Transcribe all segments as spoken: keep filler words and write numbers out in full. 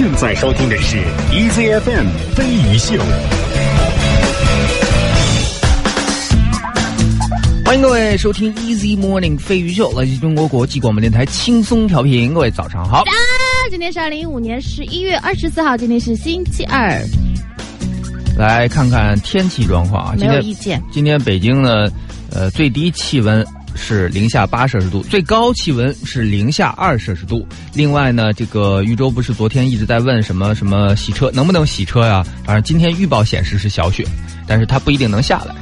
现在收听的是 E Z F M 飞鱼秀。 欢迎各位收听 Easy Morning 飞鱼秀，来自中国国际广播电台轻松调频。各位早上好。 啊，今天是二零一五年十一月二十四号，今天是星期二。 来看看天气状况啊， 没有意见。 今天北京呢，呃，最低气温是零下八摄氏度，最高气温是零下二摄氏度。另外呢，这个豫州不是昨天一直在问什么什么洗车能不能洗车呀？反正今天预报显示是小雪，但是它不一定能下来。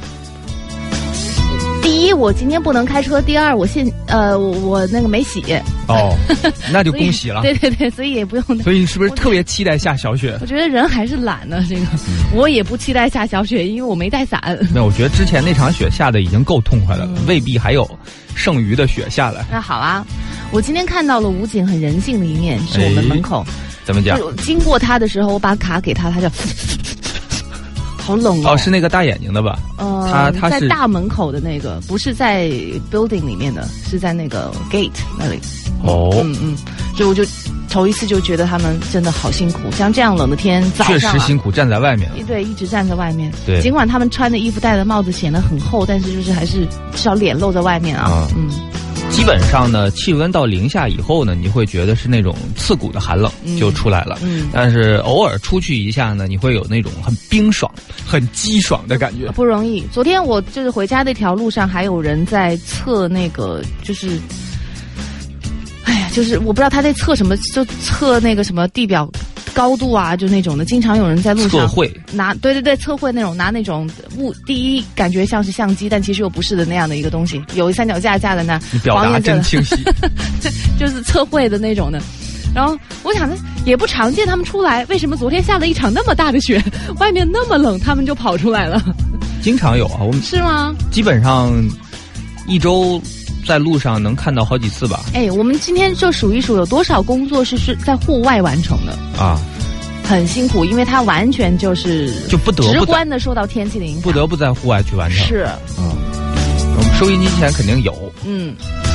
第一，我今天不能开车；第二，我现呃我我那个没洗。 哦，那就恭喜了。 对对对，所以也不用。 所以你是不是特别期待下小雪？ 我觉得人还是懒呢，这个、嗯、我也不期待下小雪，因为我没带伞。 没有，我觉得之前那场雪下的已经够痛快了，嗯、未必还有剩余的雪下来。 那好啊，我今天看到了武警很人性的一面，是我们门口。 哎、怎么讲？ 经过他的时候，我把卡给他，他就。好冷哦！ 哦，是那个大眼睛的吧？ 呃， 他他是在大门口的那个，不是在 building 里面的，是在那个 gate 那里。 哦， 嗯嗯，所以我就头一次就觉得他们真的好辛苦，像这样冷的天，早上、啊、 确实辛苦，站在外面。 对，一直站在外面。 对， 尽管他们穿的衣服、戴的帽子显得很厚，但是就是还是至少脸露在外面啊。嗯。嗯基本上呢，气温到零下以后呢，你会觉得是那种刺骨的寒冷就出来了。嗯，嗯但是偶尔出去一下呢，你会有那种很冰爽、很激爽的感觉。 不容易。昨天我就是回家那条路上，还有人在测那个，就是，哎呀，就是我不知道他在测什么，就测那个什么地表高度啊，就那种的。经常有人在路上测绘拿，对对对，测绘那种拿那种物，第一感觉像是相机，但其实又不是的那样的一个东西，有三脚架架在那。 你表达真清晰， 就是测绘的那种的。然后我想着也不常见他们出来，为什么昨天下了一场那么大的雪，外面那么冷，他们就跑出来了？ 经常有啊，我们是吗？ 基本上一周在路上能看到好几次吧。 哎，我们今天就数一数有多少工作是是在户外完成的啊，很辛苦，因为它完全就是就不得不直观的受到天气的影响， 不得不在户外去完成。 是， 嗯，我们收音机前肯定有， 嗯。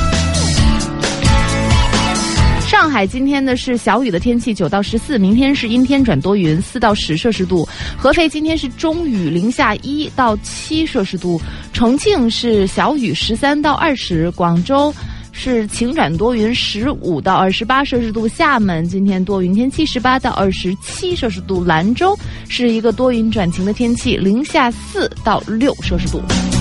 上海今天的是小雨的天气，九到十四，明天是阴天转多云，四到十摄氏度。合肥今天是中雨，零下一到七摄氏度。重庆是小雨，十三到二十。广州是晴转多云，十五到二十八摄氏度。厦门今天多云天气，十八到二十七摄氏度。兰州是一个多云转晴的天气，零下四到六摄氏度。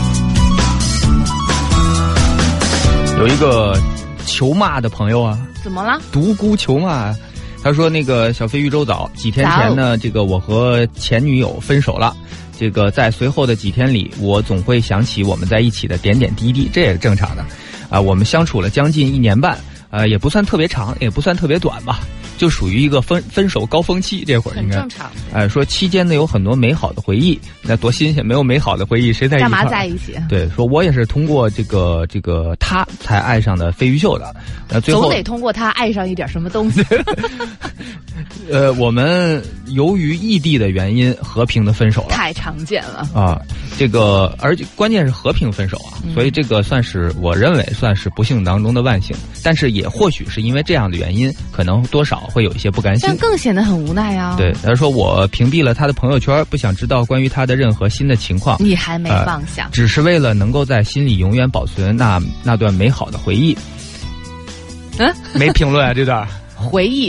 有一个求骂的朋友啊， 怎么了？ 独孤求骂，他说那个小飞鱼周早，几天前呢，这个我和前女友分手了。这个在随后的几天里，我总会想起我们在一起的点点滴滴，这也是正常的。啊、呃，我们相处了将近一年半，呃，也不算特别长，也不算特别短吧，就属于一个分分手高峰期，这会儿应该很正常。 哎、呃，说期间呢有很多美好的回忆，那多新鲜！没有美好的回忆，谁在一起？ 干嘛在一起？ 对，说我也是通过这个这个他才爱上的飞鱼秀的。那最后总得通过他爱上一点什么东西。 呃，我们由于异地的原因和平的分手了， 太常见了啊！这个，而且关键是和平分手啊，嗯、所以这个算是我认为算是不幸当中的万幸。但是也或许是因为这样的原因，可能多少会有一些不甘心， 但更显得很无奈啊。 对，他说我屏蔽了他的朋友圈，不想知道关于他的任何新的情况。 你还没放下、呃， 只是为了能够在心里永远保存那那段美好的回忆。 嗯， 没评论啊这段回忆。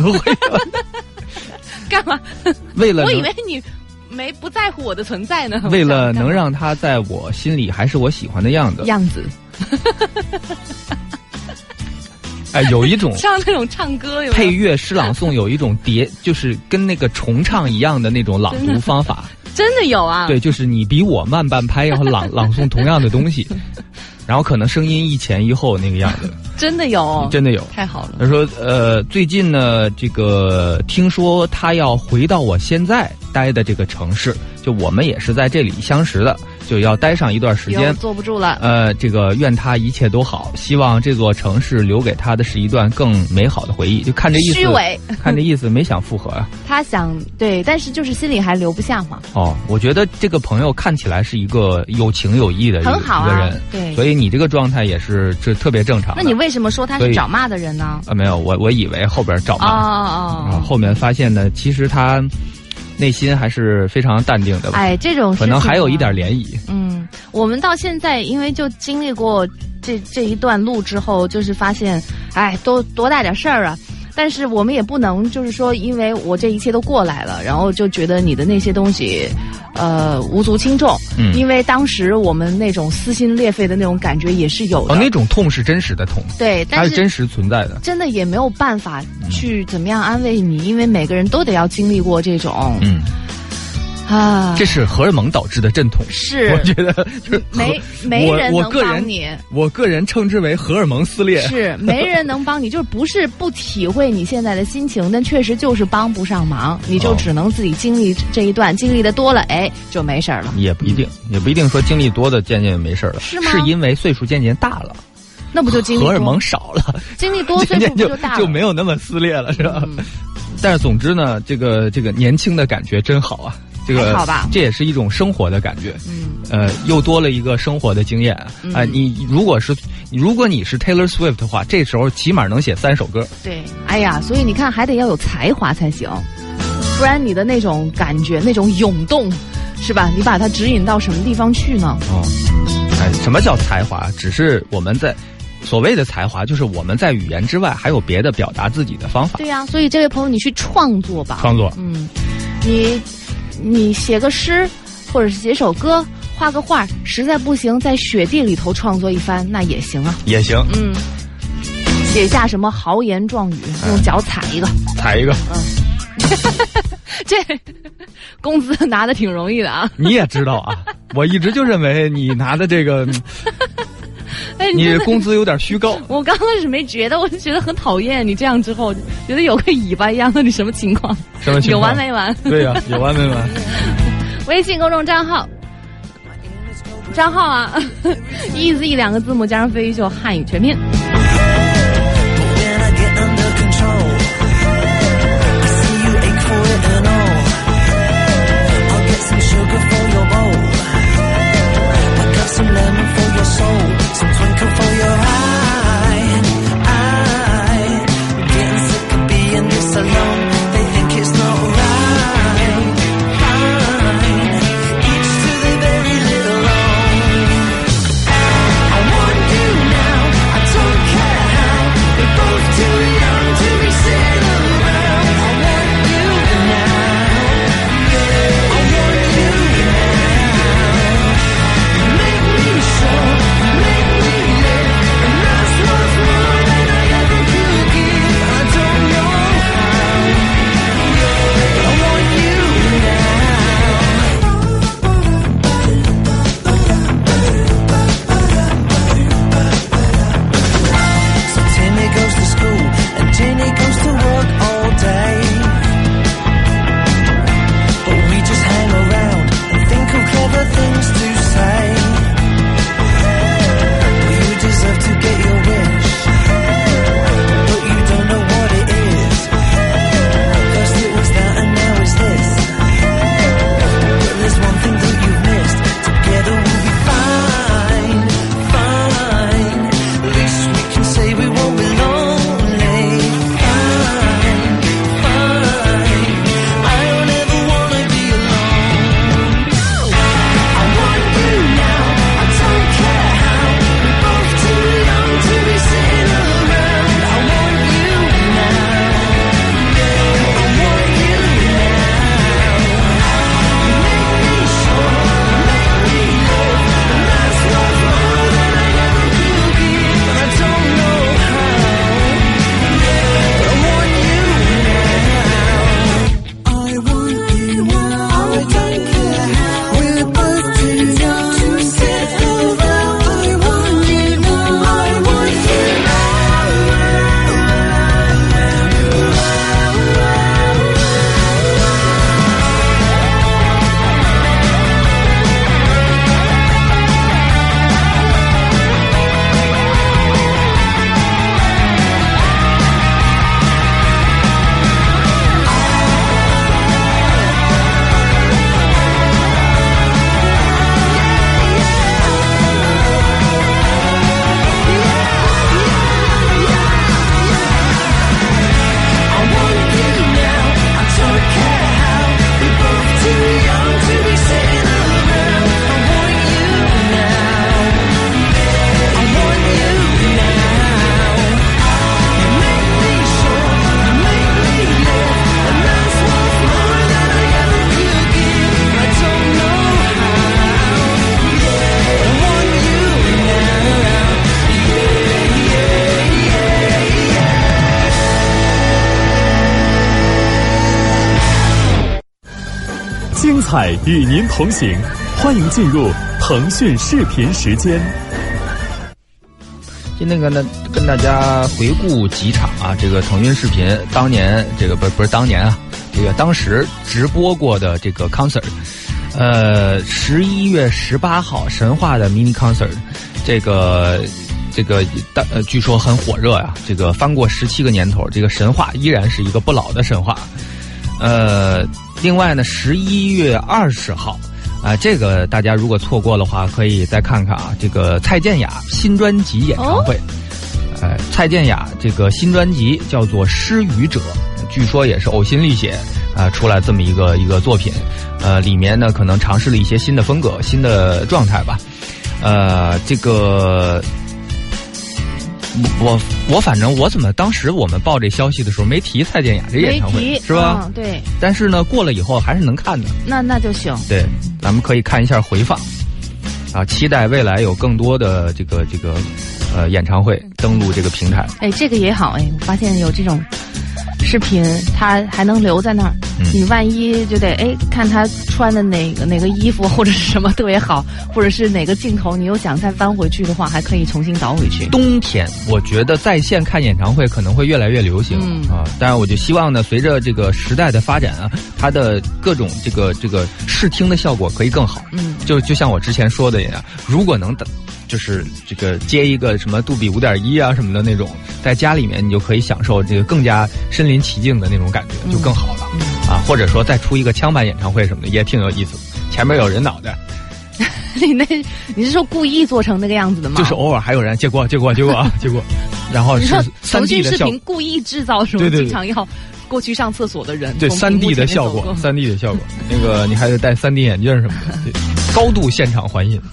干嘛？ 为了我以为你没不在乎我的存在呢。 为了能让他在我心里还是我喜欢的样子。 样子。 哎，有一种像那种唱歌有没有配乐诗朗诵，有一种叠，就是跟那个重唱一样的那种朗读方法。 真的有啊？ 对，就是你比我慢半拍，然后朗朗诵同样的东西。然后可能声音一前一后那个样子， 真的有， 真的有， 太好了。 他说，呃，最近呢，这个听说他要回到我现在待的这个城市，就我们也是在这里相识的， 就要待上一段时间， 坐不住了。 呃，这个愿他一切都好，希望这座城市留给他的是一段更美好的回忆。就看这意思， 虚伪， 看这意思没想复合啊。 他想对，但是就是心里还留不下嘛。 哦，我觉得这个朋友看起来是一个有情有义的一个很好啊， 一个人， 对， 所以你这个状态也是这特别正常的。 那你为什么说他是找骂的人呢？ 啊，没有，我我以为后边找骂， 哦哦哦，后面发现呢，其实他内心还是非常淡定的。 哎，这种事情、啊、 可能还有一点涟漪。 嗯，我们到现在因为就经历过这这一段路之后，就是发现，哎，都多大点事儿啊！但是我们也不能就是说，因为我这一切都过来了，然后就觉得你的那些东西，呃，无足轻重。嗯，因为当时我们那种撕心裂肺的那种感觉也是有的。 哦，那种痛是真实的痛。 对，但是它是真实存在的。 真的也没有办法去怎么样安慰你，因为每个人都得要经历过这种。 嗯。 啊， 这是荷尔蒙导致的阵痛， 是我觉得就是没没人能帮你。 我个人称之为荷尔蒙撕裂， 是没人能帮你，就是不是不体会你现在的心情，但确实就是帮不上忙，你就只能自己经历这一段，经历的多了，哎，就没事了。 也不一定，也不一定说经历多的渐渐没事了， 是吗？ 是因为岁数渐渐大了。 那不就经历多荷尔蒙少了， 经历多岁数不就大了， 就没有那么撕裂了，是吧？嗯、但是总之呢，这个这个年轻的感觉真好啊。这个好吧， 这也是一种生活的感觉， 嗯， 呃，又多了一个生活的经验啊、 嗯呃！你如果是如果你是 Taylor Swift 的话，这时候起码能写三首歌。 对，哎呀，所以你看，还得要有才华才行，不然你的那种感觉、那种涌动，是吧？你把它指引到什么地方去呢？ 哦，哎，什么叫才华？只是我们在。所谓的才华，就是我们在语言之外还有别的表达自己的方法。 对呀、啊，所以这位朋友，你去创作吧。 创作， 嗯，你你写个诗，或者是写首歌，画个画，实在不行，在雪地里头创作一番，那也行啊。 也行。 嗯，写下什么豪言壮语，用脚踩一个， 踩一个。 嗯，这工资拿的挺容易的啊。 你也知道啊，我一直就认为你拿的这个。 哎， 你工资有点虚高。 我刚开始没觉得，我就觉得很讨厌。你这样之后，觉得有个尾巴一样的，你什么情况？ 什么情况？ 有完没完？ 对呀、啊，有完没完？ 微信公众账号，账号啊 ，easy 两个字母加上飞鱼秀汉语全拼。 Some twinkle for your eye, eye. Getting sick of being this alone. They think it's not right, right. Each to their very little own. I want you now. I told 彩与您同行，欢迎进入腾讯视频时间。 今天跟大跟大家回顾几场啊，这个腾讯视频当年这个不是不是当年啊，这个当时直播过的这个 concert， 呃，十一月十八号神话的 mini concert， 这个这个呃据说很火热呀、啊，这个翻过十七个年头，这个神话依然是一个不老的神话。呃，另外呢，十一月二十号。啊，这个大家如果错过的话，可以再看看啊。这个蔡健雅新专辑演唱会，哦、呃，蔡健雅这个新专辑叫做《失语者》，据说也是呕心沥血啊、呃、出来这么一个一个作品。呃，里面呢可能尝试了一些新的风格、新的状态吧。呃，这个我我反正我怎么当时我们报这消息的时候没提蔡健雅这演唱会是吧、 嗯？对。 但是呢，过了以后还是能看的。 那那就行。 对。咱们可以看一下回放，啊，期待未来有更多的这个这个呃演唱会登陆这个平台。 哎，这个也好哎，我发现有这种视频，它还能留在那儿。嗯、你万一就得哎看他穿的哪个哪个衣服或者是什么特别好，或者是哪个镜头，你又想再翻回去的话，还可以重新倒回去。 冬天我觉得在线看演唱会可能会越来越流行、嗯、啊，当然我就希望呢，随着这个时代的发展啊，它的各种这个这个视听的效果可以更好。嗯，就就像我之前说的一样，如果能等。就是这个接一个什么杜比五点一啊什么的那种，在家里面你就可以享受这个更加身临其境的那种感觉，就更好了、嗯、啊！或者说再出一个枪版演唱会什么的，也挺有意思。前面有人脑袋， 你那你是说故意做成那个样子的吗？ 就是偶尔还有人结果结果结果结果，然后是三 D 的效果。 视频故意制造什么？ 对对对， 经常要过去上厕所的人， 对三 D 的效果，三 D 的效果，那个你还得戴三 D 眼镜什么的，对，高度现场还原。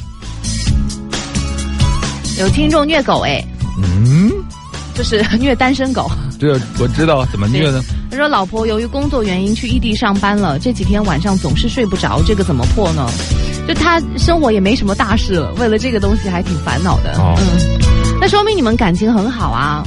有听众虐狗哎， 嗯， 就是虐单身狗。 对，我知道怎么虐呢？ 他说老婆由于工作原因去异地上班了，这几天晚上总是睡不着，这个怎么破呢？就他生活也没什么大事了，为了这个东西还挺烦恼的。哦、嗯，那说明你们感情很好啊，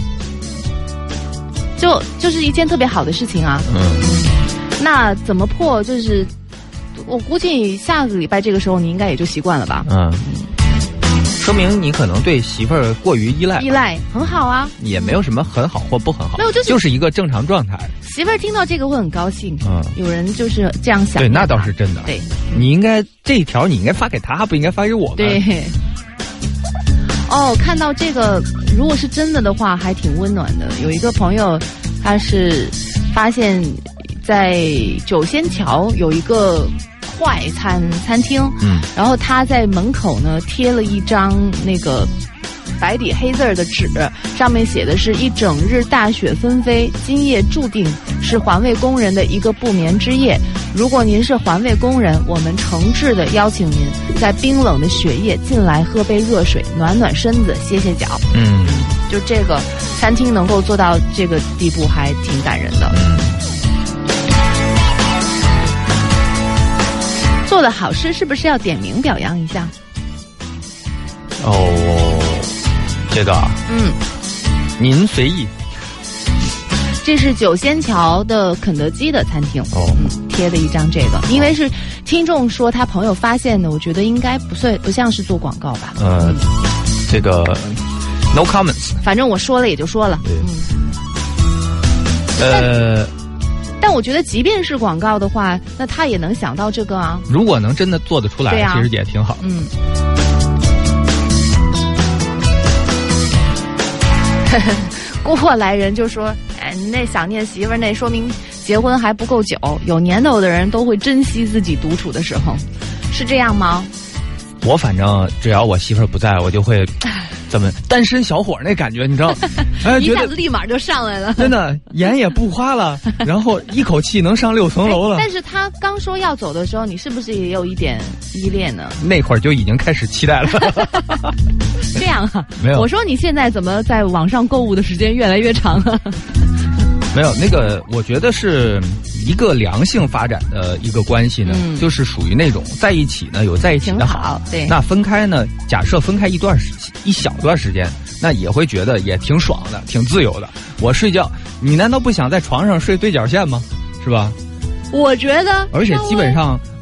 就就是一件特别好的事情啊。嗯，那怎么破？就是我估计下个礼拜这个时候你应该也就习惯了吧。嗯。 说明你可能对媳妇儿过于依赖， 依赖很好啊， 也没有什么很好或不很好， 没有，就是就是一个正常状态。 媳妇儿听到这个会很高兴，嗯，有人就是这样想， 对，那倒是真的。 对， 你应该这一条你应该发给他，不应该发给我们。 对。哦，看到这个，如果是真的的话，还挺温暖的。有一个朋友，他是发现，在九仙桥有一个快餐餐厅，嗯，然后他在门口呢贴了一张那个白底黑字的纸，上面写的是一整日大雪纷飞，今夜注定是环卫工人的一个不眠之夜。如果您是环卫工人，我们诚挚的邀请您在冰冷的雪夜进来喝杯热水，暖暖身子，歇歇脚。嗯，就这个餐厅能够做到这个地步，还挺感人的。嗯。做了好事是不是要点名表扬一下？ 哦，这个，嗯，您随意。 这是九仙桥的肯德基的餐厅，哦，嗯，贴的一张这个，因为是听众说他朋友发现的，我觉得应该不算不像是做广告吧。 呃，这个 no comments。 反正我说了也就说了。 嗯。呃。 但我觉得，即便是广告的话，那他也能想到这个啊。 如果能真的做得出来，啊、其实也挺好。嗯。 过来人就说：“哎，你那想念媳妇儿，那说明结婚还不够久。有年头的人都会珍惜自己独处的时候，是这样吗？” 我反正只要我媳妇儿不在，我就会。怎么单身小伙那感觉，你知道？哎， 一下子立马就上来了。 真的，盐也不花了，然后一口气能上六层楼了。 但是他刚说要走的时候，你是不是也有一点依恋呢？ 那会儿就已经开始期待了。 这样啊？ 没有。 我说你现在怎么在网上购物的时间越来越长了？ 没有，那个我觉得是一个良性发展的一个关系呢，嗯、就是属于那种在一起呢有在一起的好， 好对。 那分开呢，假设分开一段时一小段时间，那也会觉得也挺爽的，挺自由的。我睡觉，你难道不想在床上睡对角线吗？是吧？ 我觉得， 而且基本上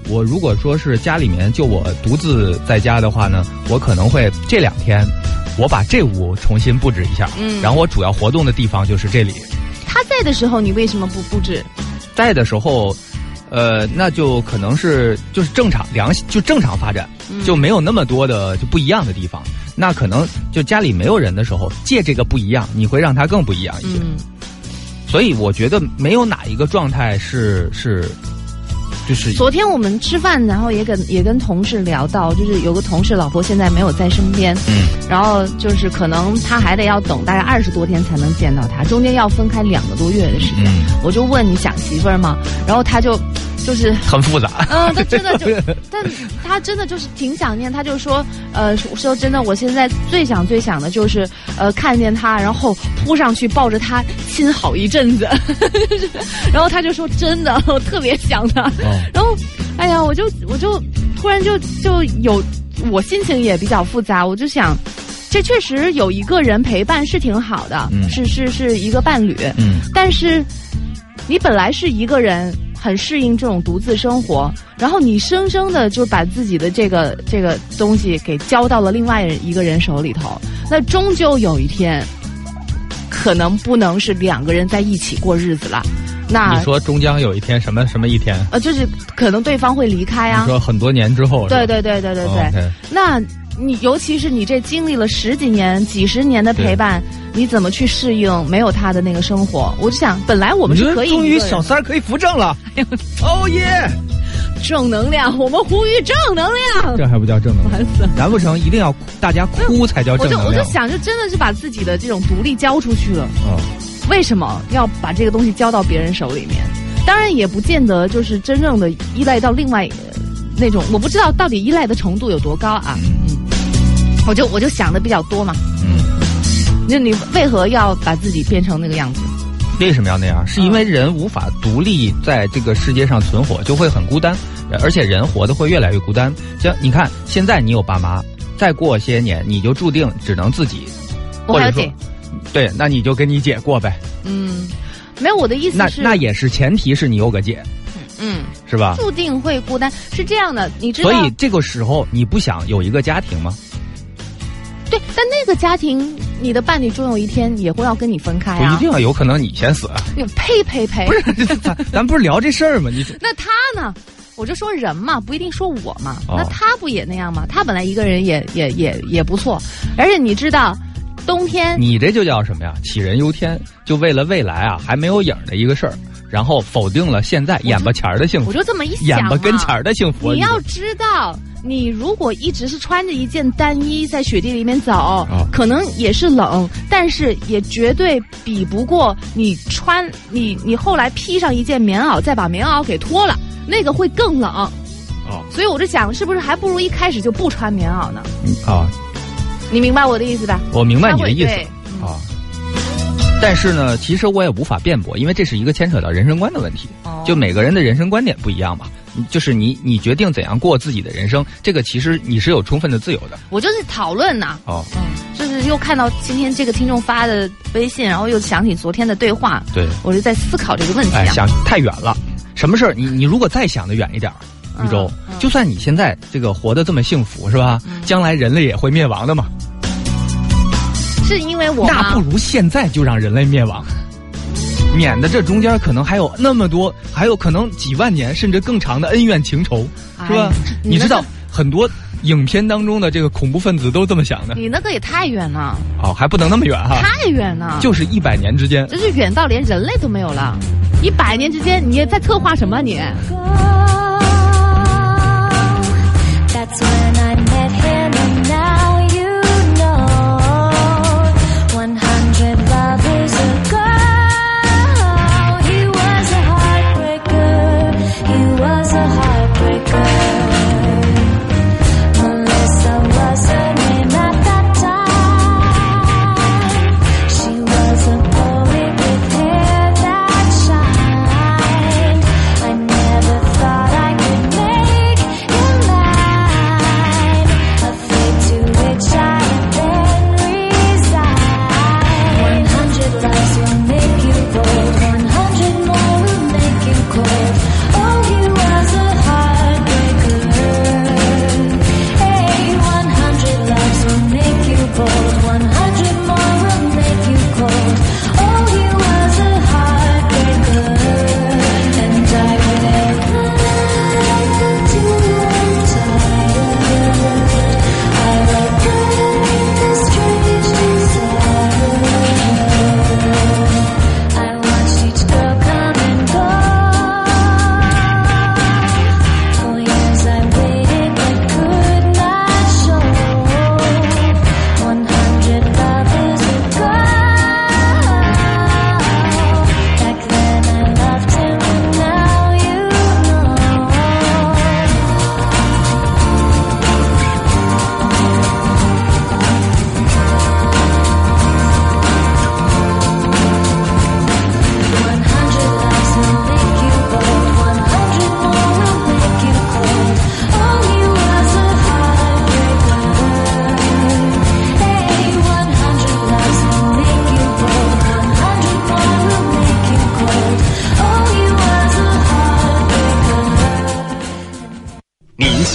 我如果说是家里面就我独自在家的话呢，我可能会这两天我把这屋重新布置一下，嗯，然后我主要活动的地方就是这里。 他在的时候你为什么不布置？ 在的时候呃那就可能是就是正常良就正常发展、嗯、就没有那么多的就不一样的地方，那可能就家里没有人的时候借这个不一样，你会让它更不一样一些、嗯、所以我觉得没有哪一个状态是是就是昨天我们吃饭，然后也跟也跟同事聊到，就是有个同事老婆现在没有在身边，嗯，然后就是可能他还得要等大概二十多天才能见到他，中间要分开两个多月的时间。嗯、我就问你想媳妇儿吗？然后他就就是很复杂， 嗯，他真的就，但他真的就是挺想念，他就说，呃，说真的，我现在最想最想的就是呃看见他，然后扑上去抱着他亲好一阵子，然后他就说真的，我特别想他。哦然后，哎呀，我就我就突然就就有，我心情也比较复杂。我就想，这确实有一个人陪伴是挺好的，嗯、是是是一个伴侣。嗯，但是你本来是一个人，很适应这种独自生活，然后你生生的就把自己的这个这个东西给交到了另外一个人手里头，那终究有一天，可能不能是两个人在一起过日子了。那你说终将有一天什么什么一天？ 呃，就是可能对方会离开啊。 你说很多年之后。 对对对对对对。哦 okay、那你尤其是你这经历了十几年、几十年的陪伴，你怎么去适应没有他的那个生活？我就想，本来我们是可以。 终于小三可以扶正了。哦耶！ 正能量，我们呼吁正能量。 这还不叫正能量？ 烦死了！ 难不成一定要大家哭才叫正能量？ 我就我就想，就真的是把自己的这种独立交出去了。哦。为什么要把这个东西交到别人手里面？当然也不见得就是真正的依赖到另外、呃、那种，我不知道到底依赖的程度有多高啊。嗯，我就我就想的比较多嘛。嗯，那你为何要把自己变成那个样子？ 为什么要那样？是因为人无法独立在这个世界上存活，就会很孤单，而且人活得会越来越孤单。像你看，现在你有爸妈，再过些年你就注定只能自己。 我还有姐。 对，那你就跟你姐过呗。 嗯，没有，我的意思是， 那那也是前提是你有个姐，嗯，是吧？ 注定会孤单，是这样的，你知道。 所以这个时候你不想有一个家庭吗？ 对，但那个家庭，你的伴侣终有一天也会要跟你分开啊。 不一定啊，有可能你先死啊。 你呸呸呸！ 不是，咱咱不是聊这事儿吗？你那他呢？我就说人嘛，不一定说我嘛。哦、那他不也那样吗？他本来一个人也也也也不错，而且你知道。冬天， 你这就叫什么呀？杞人忧天，就为了未来啊还没有影的一个事儿，然后否定了现在眼巴前儿的幸福。 我就这么一想、 啊，眼巴跟前儿的幸福。 你要知道，你如果一直是穿着一件单衣在雪地里面走，哦、可能也是冷，但是也绝对比不过你穿你你后来披上一件棉袄，再把棉袄给脱了，那个会更冷。哦，所以我就想，是不是还不如一开始就不穿棉袄呢？ 嗯啊。 你明白我的意思吧？ 我明白你的意思啊，但是呢，其实我也无法辩驳，因为这是一个牵扯到人生观的问题。哦、就每个人的人生观点不一样嘛，就是你你决定怎样过自己的人生，这个其实你是有充分的自由的。 我就是讨论呐、啊，哦，嗯，就是又看到今天这个听众发的微信，然后又想起昨天的对话， 对， 我就在思考这个问题、啊。 哎，想太远了，什么事儿？你你如果再想得远一点。宇宙、嗯嗯，就算你现在这个活得这么幸福，是吧？嗯、将来人类也会灭亡的嘛。 是因为我那不如现在就让人类灭亡，免得这中间可能还有那么多，还有可能几万年甚至更长的恩怨情仇，是吧？哎、你, 你知道很多影片当中的这个恐怖分子都这么想的。 你那个也太远了。 哦，还不能那么远哈。 太远了， 就是一百年之间， 就是远到连人类都没有了。一百年之间，你也在策划什么你？ That's when I met him and now you know one hundred lovers ago he was a heartbreaker he was a heartbreaker Melissa was her name at that time she was a poet with hair that shined I never thought I could make him mine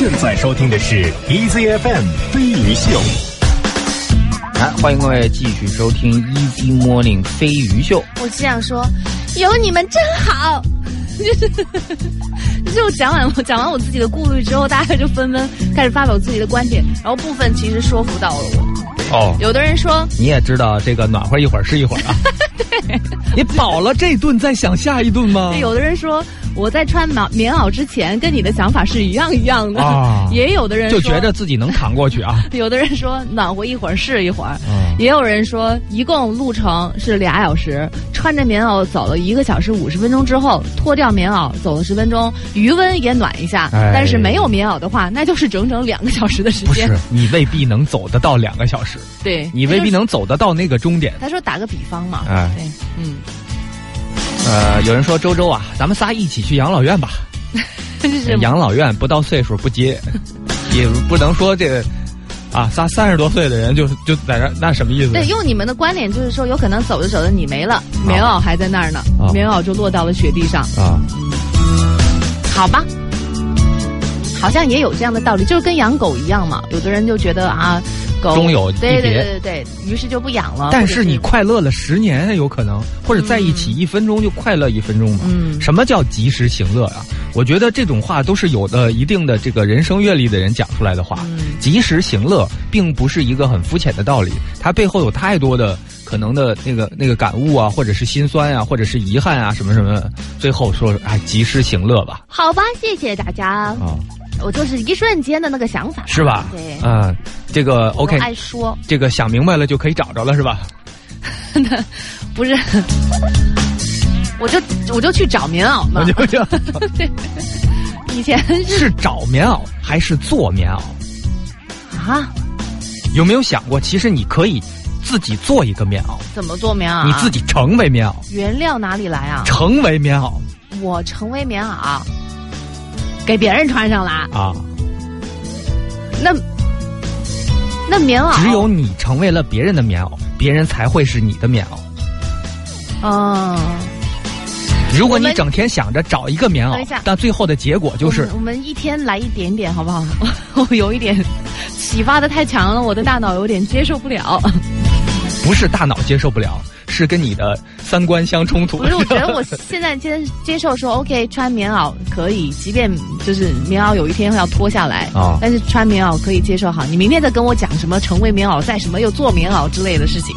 现在收听的是 E Z F M 飞鱼秀。 来，欢迎各位继续收听 Easy Morning 飞鱼秀。 我只想说，有你们真好。就是就是我讲完我讲完我自己的顾虑之后，大家就纷纷开始发表自己的观点，然后部分其实说服到了我。 哦， 有的人说你也知道这个暖和一会儿是一会儿啊。 对， 你饱了这顿再想下一顿吗？ 有的人说我在穿棉棉袄之前跟你的想法是一样一样的， 啊、 也有的人说就觉得自己能扛过去啊。 有的人说暖和一会儿是一会儿， 嗯、 也有人说一共路程是俩小时，穿着棉袄走了一个小时五十分钟之后，脱掉棉袄走了十分钟，余温也暖一下。 哎、 但是没有棉袄的话，那就是整整两个小时的时间。 不是，你未必能走得到两个小时。 对， 你未必能走得到那个终点。 他说打个比方嘛， 哎， 对，嗯。 呃，有人说周周啊，咱们仨一起去养老院吧。养老院不到岁数不接，也不能说这个啊，仨三十多岁的人就就在这，那什么意思？ 对，用你们的观点就是说，有可能走着走着你没了，棉袄还在那儿呢， 啊、 棉袄就落到了雪地上啊。 嗯，好吧，好像也有这样的道理，就是跟养狗一样嘛。有的人就觉得啊。狗终有一别， 对对对对，于是就不养了。 但是你快乐了十年有可能，或者在一起一分钟就快乐一分钟嘛。 嗯， 什么叫及时行乐啊？我觉得这种话都是有的一定的这个人生阅历的人讲出来的话。 嗯、 及时行乐并不是一个很肤浅的道理，它背后有太多的可能的那个那个感悟啊，或者是心酸啊，或者是遗憾啊，什么什么。最后说，哎，及时行乐吧。 好吧，谢谢大家。啊。我就是一瞬间的那个想法， 是吧？ 对， 嗯，这个 OK， 爱说这个想明白了就可以找着了，是吧？ 不是，我就我就去找棉袄嘛。 我就这对，以前是是找棉袄还是做棉袄啊？ 有没有想过，其实你可以自己做一个棉袄？ 怎么做棉袄、啊？ 你自己成为棉袄？ 原料哪里来啊？ 成为棉袄？ 我成为棉袄。给别人穿上了啊？ 那那棉袄只有你成为了别人的棉袄，别人才会是你的棉袄。 嗯， 如果你整天想着找一个棉袄，但最后的结果就是我 们, 我们一天来一点点，好不好？我有一点启发的太强了，我的大脑有点接受不了。 不是大脑接受不了，是跟你的三观相冲突。 不是，我觉得我现在接接受说 ，OK， 穿棉袄可以，即便就是棉袄有一天要脱下来啊， 但是穿棉袄可以接受。好，你明天再跟我讲什么成为棉袄，再什么又做棉袄之类的事情。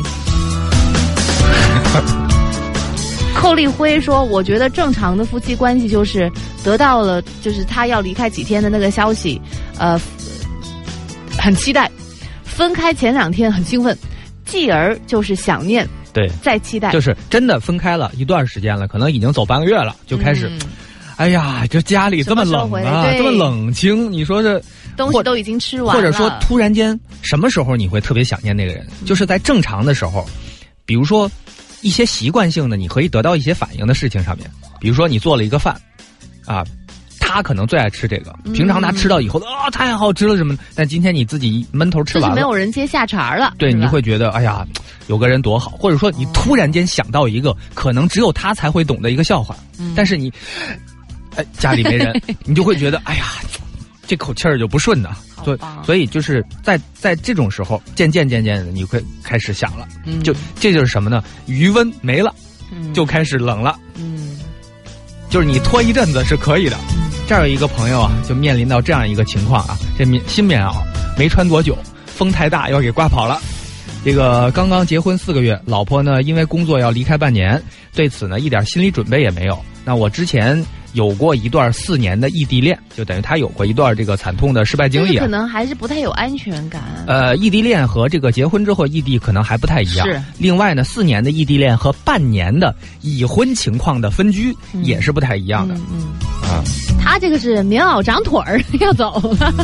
寇立辉说：“我觉得正常的夫妻关系就是得到了，就是他要离开几天的那个消息，呃，很期待；分开前两天很兴奋。”继而就是想念， 对， 再期待， 就是真的分开了一段时间了，可能已经走半个月了，就开始，嗯、哎呀，这家里这么冷啊，这么冷清，你说这东西都已经吃完了， 或者说突然间什么时候你会特别想念那个人？嗯、就是在正常的时候，比如说一些习惯性的你可以得到一些反应的事情上面，比如说你做了一个饭，啊。他可能最爱吃这个，平常他吃到以后啊、哦、太好吃了什么，但今天你自己闷头吃完了， 就是没有人接下茬了。 对，你会觉得哎呀，有个人多好，或者说你突然间想到一个、哦、可能只有他才会懂的一个笑话，嗯、但是你，哎，家里没人，你就会觉得哎呀，这口气儿就不顺呐。所以，所以就是在在这种时候，渐渐渐渐的，你会开始想了，嗯、就这就是什么呢？余温没了，嗯、就开始冷了。嗯，就是你拖一阵子是可以的。这儿有一个朋友啊，就面临到这样一个情况啊，这棉新棉袄没穿多久，风太大要给刮跑了。这个刚刚结婚四个月，老婆呢因为工作要离开半年，对此呢一点心理准备也没有。那我之前有过一段四年的异地恋，就等于他有过一段这个惨痛的失败经历啊， 可能还是不太有安全感。 呃，异地恋和这个结婚之后异地可能还不太一样。 是。 另外呢，四年的异地恋和半年的已婚情况的分居也是不太一样的。 嗯嗯。啊，他这个是棉袄长腿儿要走了。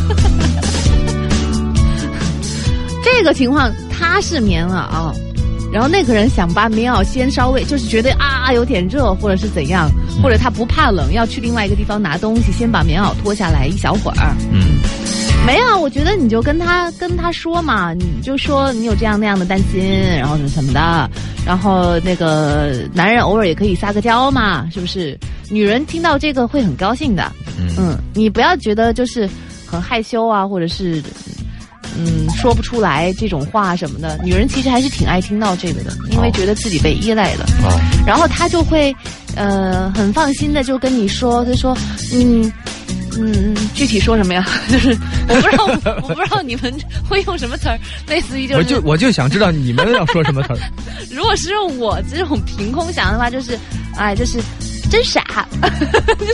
这个情况他是棉袄啊。然后那个人想把棉袄先稍微就是觉得啊有点热或者是怎样，或者他不怕冷要去另外一个地方拿东西，先把棉袄脱下来一小会儿。 嗯， 没有，我觉得你就跟他跟他说嘛，你就说你有这样那样的担心，然后什么的，然后那个男人偶尔也可以撒个娇嘛，是不是？女人听到这个会很高兴的。嗯，嗯你不要觉得就是很害羞啊，或者是嗯说不出来这种话什么的，女人其实还是挺爱听到这个的，因为觉得自己被依赖了。 哦， 然后她就会呃很放心的就跟你说，她说嗯。嗯，具体说什么呀？就是我不知道，我不知道你们会用什么词儿，类似于就是， 我就我就想知道你们要说什么词儿。 如果是我这种凭空想的话，就是，哎，就是真傻，就是。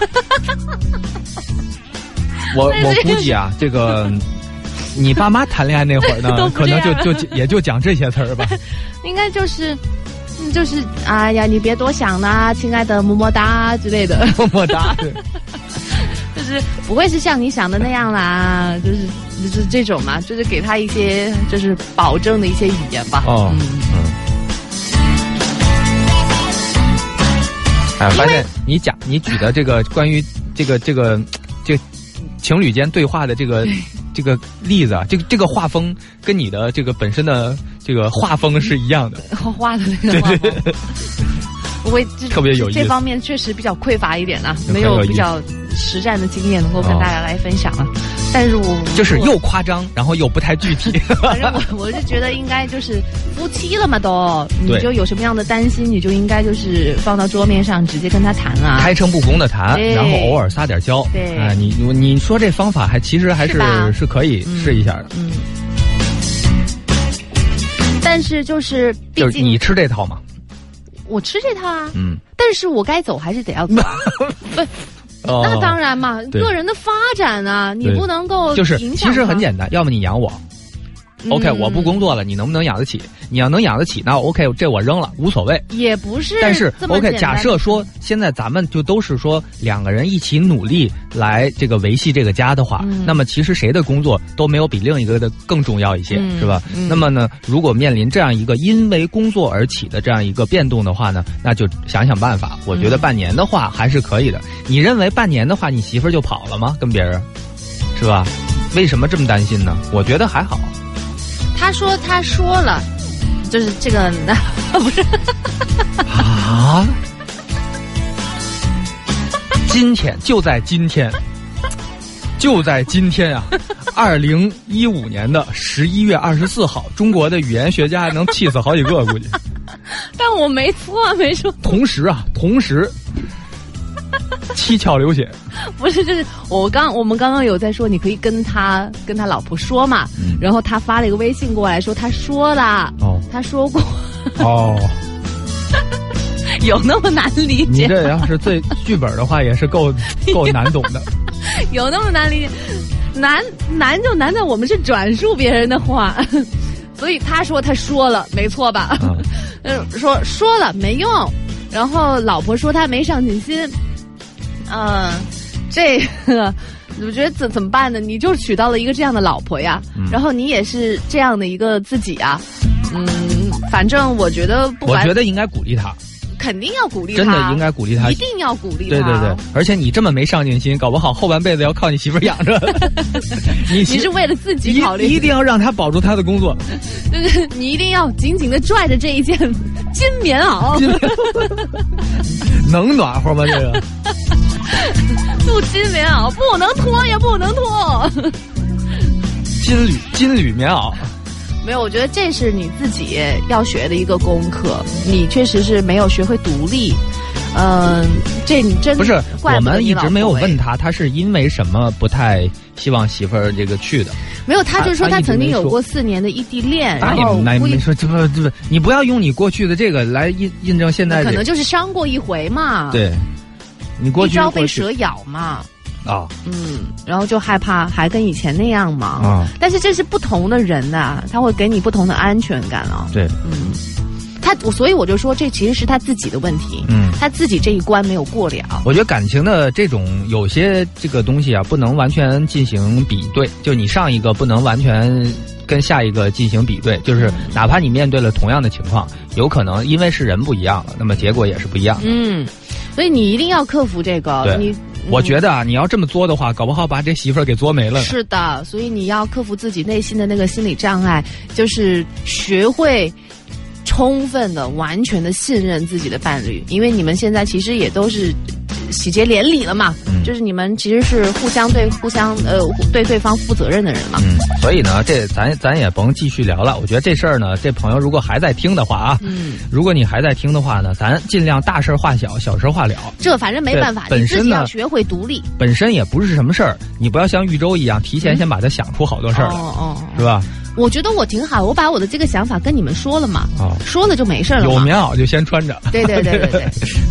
我我估计啊，这个你爸妈谈恋爱那会儿呢，可能就就也就讲这些词儿吧。 应该就是。就是哎呀，你别多想啦，亲爱的，么么哒之类的， 么么哒， 就是不会是像你想的那样啦，就是就是这种嘛，就是给他一些就是保证的一些语言吧。 哦，嗯嗯。哎，发现你讲你举的这个关于这个这个这个情侣间对话的这个这个例子啊，这个这个画风跟你的这个本身的这个画风是一样的， 画的那个画风。我会特别有意思， 这方面确实比较匮乏一点啊，没有比较实战的经验能够跟大家来分享啊。但是我就是又夸张，然后又不太具体。 反正我我是觉得应该就是夫妻了嘛都，你就有什么样的担心，你就应该就是放到桌面上直接跟他谈啊， 开诚布公的谈，然后偶尔撒点娇。 对， 哎、呃，你你说这方法还其实还是 是, 是可以试一下的。 嗯。嗯但是就是毕竟就是你吃这套吗？ 我吃这套啊， 嗯， 但是我该走还是得要走，不， 哦、 那当然嘛，个人的发展啊，你不能够就是影响。 其实很简单，要么你养我。OK，、嗯、我不工作了，你能不能养得起？你要能养得起，那 OK， 这我扔了，无所谓。 也不是， 但是 OK， 假设说现在咱们就都是说两个人一起努力来这个维系这个家的话，嗯、那么其实谁的工作都没有比另一个的更重要一些， 嗯、 是吧？ 嗯、 那么呢，如果面临这样一个因为工作而起的这样一个变动的话呢，那就想想办法。我觉得半年的话还是可以的。你认为半年的话，你媳妇儿就跑了吗？跟别人，是吧？为什么这么担心呢？我觉得还好。 他说他说了，就是这个不是啊，今天就在今天，就在今天啊，二零一五年的十一月二十四号，中国的语言学家能气死好几个，估计。 但我没错，没说。 同时啊，同时。七窍流血， 不是，就是我刚我们刚刚有在说，你可以跟他跟他老婆说嘛，嗯、然后他发了一个微信过来说他说了，哦，他说过， 哦， 有那么难理解？ 你这要是最剧本的话，也是够够难懂的， 有那么难理解？难难就难在我们是转述别人的话，所以他说他说了，没错吧？嗯，说说了没用。然后老婆说他没上进心，嗯、呃，这个我觉得怎怎么办呢？你就娶到了一个这样的老婆呀，嗯、然后你也是这样的一个自己啊，嗯，反正我觉得不管， 我觉得应该鼓励他， 肯定要鼓励他， 真的应该鼓励他， 一定要鼓励他。 对对对，而且你这么没上进心，搞不好后半辈子要靠你媳妇养着。你你是为了自己考虑， 一定要让他保住他的工作， 就是你一定要紧紧的拽着这一件金棉袄， 能暖和吗？这个不金棉袄不能脱也不能脱， 金缕金缕棉袄。 没有，我觉得这是你自己要学的一个功课。你确实是没有学会独立，嗯、呃，这你真不是。我们一直没有问他， 他是因为什么不太希望媳妇儿这个去的。 没有，他就说他曾经有过四年的异地恋，然后没没说这不这不，你不要用你过去的这个来印印证现在、這個。 可能就是伤过一回嘛。 对，你过去一朝被蛇咬嘛。 啊， 嗯，然后就害怕还跟以前那样嘛， 啊， 但是这是不同的人呐、啊，他会给你不同的安全感啊。 对， 嗯，他所以我就说这其实是他自己的问题， 嗯， 他自己这一关没有过了。 我觉得感情的这种有些这个东西啊，不能完全进行比对，就你上一个不能完全跟下一个进行比对，就是哪怕你面对了同样的情况，有可能因为是人不一样了，那么结果也是不一样的。 嗯，所以你一定要克服这个，你。 我觉得啊，你要这么作的话，搞不好把这媳妇儿给作没了。 是的，所以你要克服自己内心的那个心理障碍，就是学会充分的、完全的信任自己的伴侣，因为你们现在其实也都是喜结连理了嘛， 嗯、 就是你们其实是互相对互相呃对对方负责任的人嘛。 嗯，所以呢，这咱咱也甭继续聊了。我觉得这事儿呢，这朋友如果还在听的话啊，嗯，如果你还在听的话呢，咱尽量大事化小，小事化了。 这反正没办法， 本身呢， 你自己要学会独立。 本身也不是什么事儿，你不要像豫州一样，提前先把它想出好多事儿来， 哦哦， 是吧？ 我觉得我挺好，我把我的这个想法跟你们说了嘛，哦、说了就没事了嘛。 有棉袄就先穿着。 对对对对对。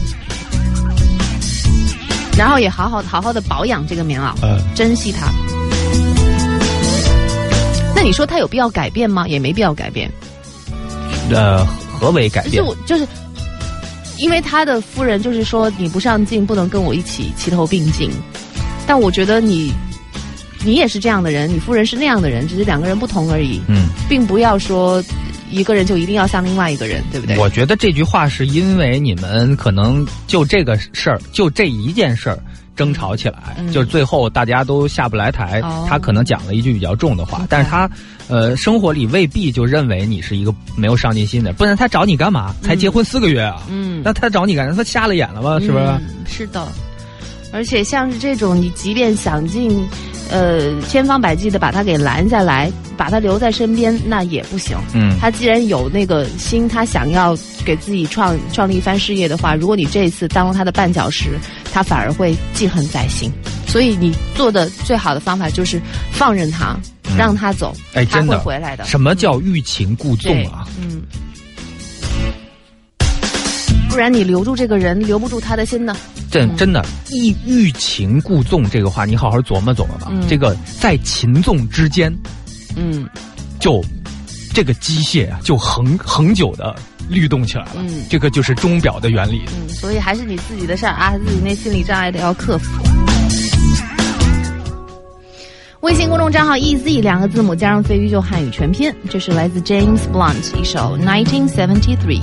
然后也好好好好的保养这个棉袄，嗯，珍惜它。那你说他有必要改变吗？也没必要改变。 呃，何为改变？ 就是我就是，因为他的夫人就是说你不上进，不能跟我一起齐头并进。但我觉得你。你也是这样的人，你夫人是那样的人，只是两个人不同而已。嗯，并不要说一个人就一定要像另外一个人，对不对？ 我觉得这句话是因为你们可能就这个事儿，就这一件事儿争吵起来，嗯、就是最后大家都下不来台。哦、他可能讲了一句比较重的话， okay. 但是他呃生活里未必就认为你是一个没有上进心的，不然他找你干嘛？才结婚四个月啊，嗯，那他找你干嘛？他瞎了眼了吗？是不是？ 嗯、是的，而且像是这种，你即便想尽。呃，千方百计的把他给拦下来，把他留在身边，那也不行。嗯，他既然有那个心，他想要给自己创创立一番事业的话，如果你这一次当了他的绊脚石，他反而会记恨在心。所以你做的最好的方法就是放任他，嗯、让他走， 哎， 他会回来的。 什么叫欲擒故纵啊？ 嗯。不然你留住这个人，留不住他的心呢。 真真的，欲欲擒故纵这个话，你好好琢磨琢磨吧。嗯、这个在擒纵之间，嗯，就这个机械啊，就恒恒久的律动起来了。嗯，这个就是钟表的原理。 嗯，所以还是你自己的事儿啊，自己那心理障碍得要克服。微信公众账号 E Z 两个字母加上非宇宙汉语全拼，这是来自 James Blunt 一首nineteen seventy-three。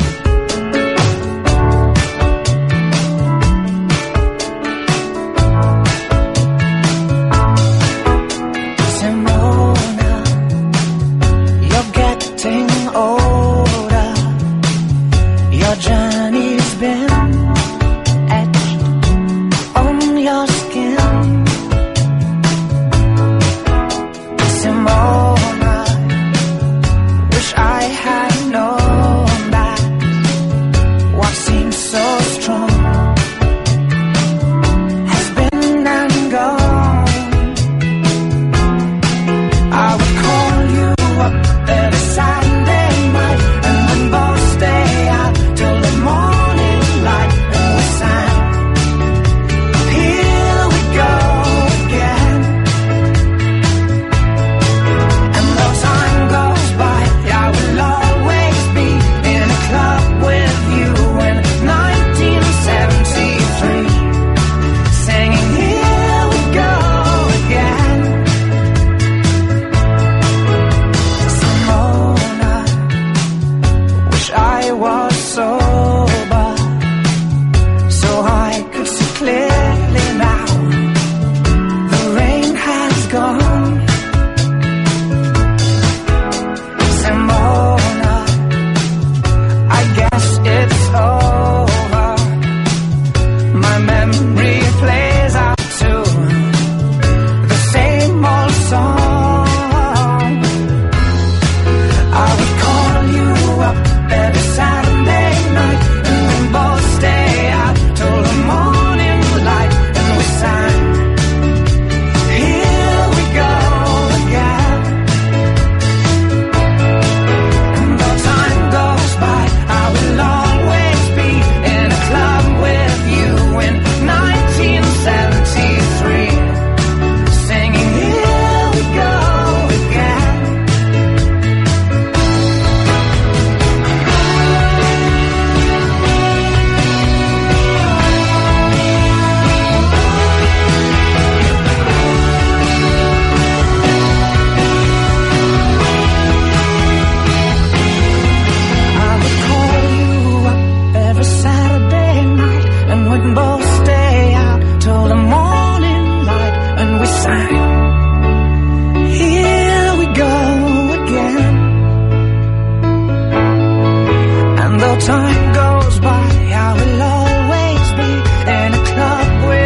time goes by, I will always be in a club with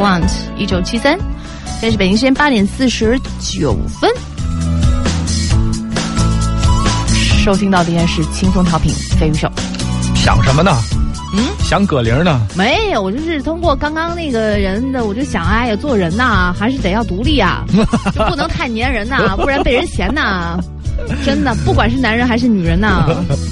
Want 一九七三，现在是北京时间八点四十九分。收听到的依然是轻松调频飞鱼秀。 想什么呢？ 嗯， 想葛玲呢？ 没有，我就是通过刚刚那个人的，我就想，哎呀，做人呐，还是得要独立啊，就不能太粘人呐，不然被人嫌呐。真的，不管是男人还是女人呐，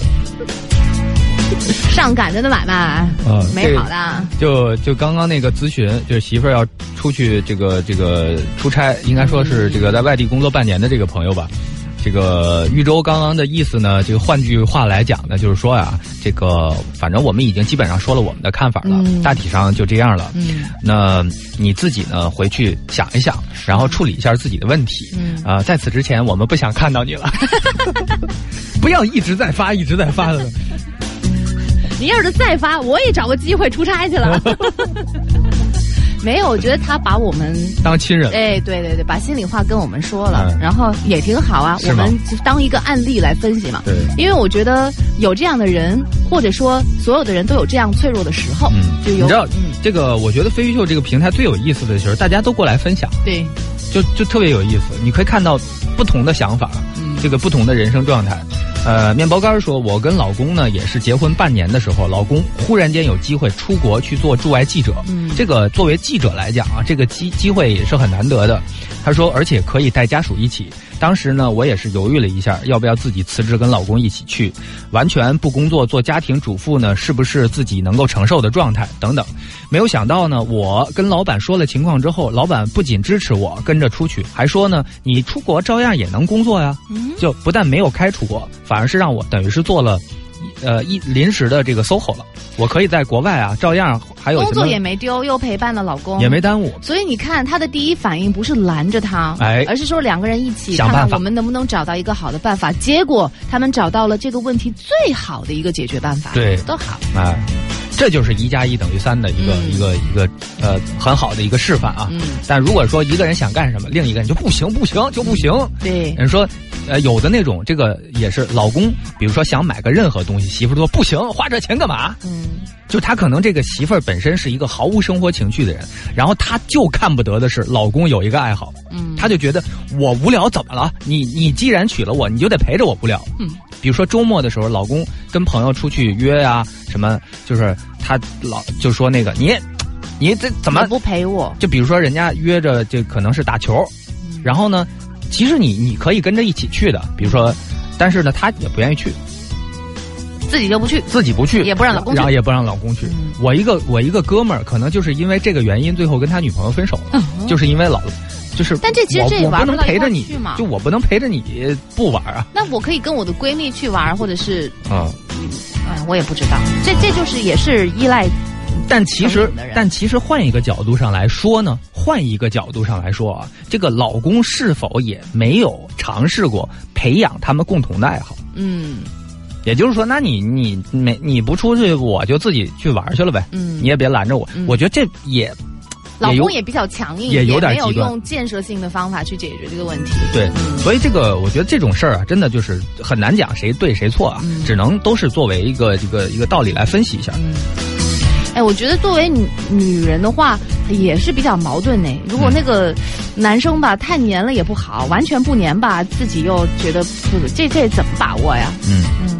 上赶着的买卖，啊、没好的。 就就刚刚那个咨询，就是媳妇儿要出去这个这个出差，应该说是这个在外地工作半年的这个朋友吧。这个豫州刚刚的意思呢，这个换句话来讲呢，就是说呀，这个反正我们已经基本上说了我们的看法了，嗯、大体上就这样了。嗯，那你自己呢回去想一想，然后处理一下自己的问题。嗯，啊、呃，在此之前我们不想看到你了，不要一直在发，一直在发的。 你要是再发，我也找个机会出差去了。没有，我觉得他把我们当亲人， 哎，对对对，把心里话跟我们说了，嗯、然后也挺好啊。我们当一个案例来分析嘛。对，因为我觉得有这样的人，或者说所有的人都有这样脆弱的时候，嗯，就有。 你知道，嗯，这个我觉得飞鱼秀这个平台最有意思的就是大家都过来分享， 对， 就就特别有意思。你可以看到不同的想法，嗯，这个不同的人生状态。呃，面包干说，我跟老公呢也是结婚半年的时候，老公忽然间有机会出国去做驻外记者。嗯，这个作为记者来讲啊，这个机机会也是很难得的。他说，而且可以带家属一起。当时呢，我也是犹豫了一下，要不要自己辞职跟老公一起去，完全不工作做家庭主妇呢，是不是自己能够承受的状态等等。没有想到呢，我跟老板说了情况之后，老板不仅支持我跟着出去，还说呢，你出国照样也能工作呀。就不但没有开除我，反而是让我等于是做了呃一临时的这个 S O H O 了。我可以在国外啊，照样还有工作也没丢，又陪伴了老公， 也没耽误。 所以你看，他的第一反应不是拦着他，哎，而是说两个人一起看看我们能不能找到一个好的办法。结果他们找到了这个问题最好的一个解决办法， 对， 都好。 哎，这就是一加一等于三的一个、嗯、一个一个呃很好的一个示范啊。嗯。但如果说一个人想干什么，另一个人就不行不行就不行。 对。 人说，呃，有的那种这个也是老公，比如说想买个任何东西，媳妇说不行，花这钱干嘛？嗯。就他可能这个媳妇儿本身是一个毫无生活情趣的人，然后他就看不得的是老公有一个爱好，嗯，他就觉得我无聊怎么了？你你既然娶了我，你就得陪着我无聊，嗯。比如说周末的时候，老公跟朋友出去约呀、啊，什么就是他老就说那个你，你这怎么不陪我？ 就比如说人家约着就可能是打球，嗯、然后呢，其实你你可以跟着一起去的，比如说，但是呢他也不愿意去。 自己就不去， 自己不去， 也不让老公去， 然后也不让老公去。嗯、我一个我一个哥们儿，可能就是因为这个原因，最后跟他女朋友分手了，嗯、就是因为老，就是。 但这其实这也玩不能陪着你嘛，就我不能陪着你不玩啊。 那我可以跟我的闺蜜去玩，或者是啊，嗯，哎，我也不知道，这这就是也是依赖。 但其实，但其实换一个角度上来说呢，换一个角度上来说啊，这个老公是否也没有尝试过培养他们共同的爱好？嗯。也就是说，那你你没你不出去，我就自己去玩去了呗。嗯，你也别拦着我。嗯、我觉得这也， 老公也比较强硬， 也有点极端，没有用建设性的方法去解决这个问题。 对，嗯、所以这个我觉得这种事儿啊，真的就是很难讲谁对谁错啊，嗯、只能都是作为一个这个一个道理来分析一下。 嗯，哎，我觉得作为女女人的话，也是比较矛盾呢。如果那个男生吧太黏了也不好，完全不黏吧，自己又觉得这这怎么把握呀？嗯嗯。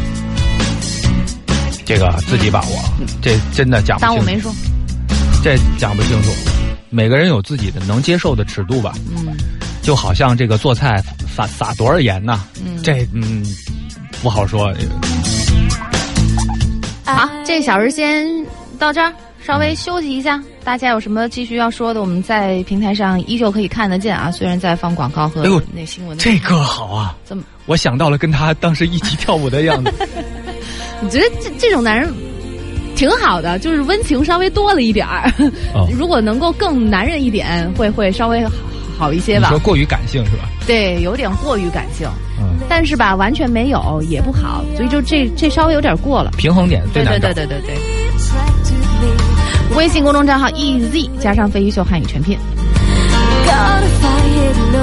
这个自己把握，嗯、这真的讲不清楚。 当我没说， 这讲不清楚。每个人有自己的能接受的尺度吧。嗯，就好像这个做菜撒撒多少盐呢？嗯，这嗯不好说。这个、 好，这小时先到这儿，稍微休息一下。大家有什么继续要说的，我们在平台上依旧可以看得见啊。虽然在放广告和那新闻。 这个好啊！怎么？我想到了跟他当时一起跳舞的样子。 你觉得这这种男人挺好的，就是温情稍微多了一点儿。哦、如果能够更男人一点，会会稍微好好一些吧。 你说过于感性是吧？ 对，有点过于感性。嗯。但是吧，完全没有也不好，所以就这这稍微有点过了。 平衡点最难找。 对对对对对对。微信公众账号 E Z 加上飞鱼秀汉语全拼。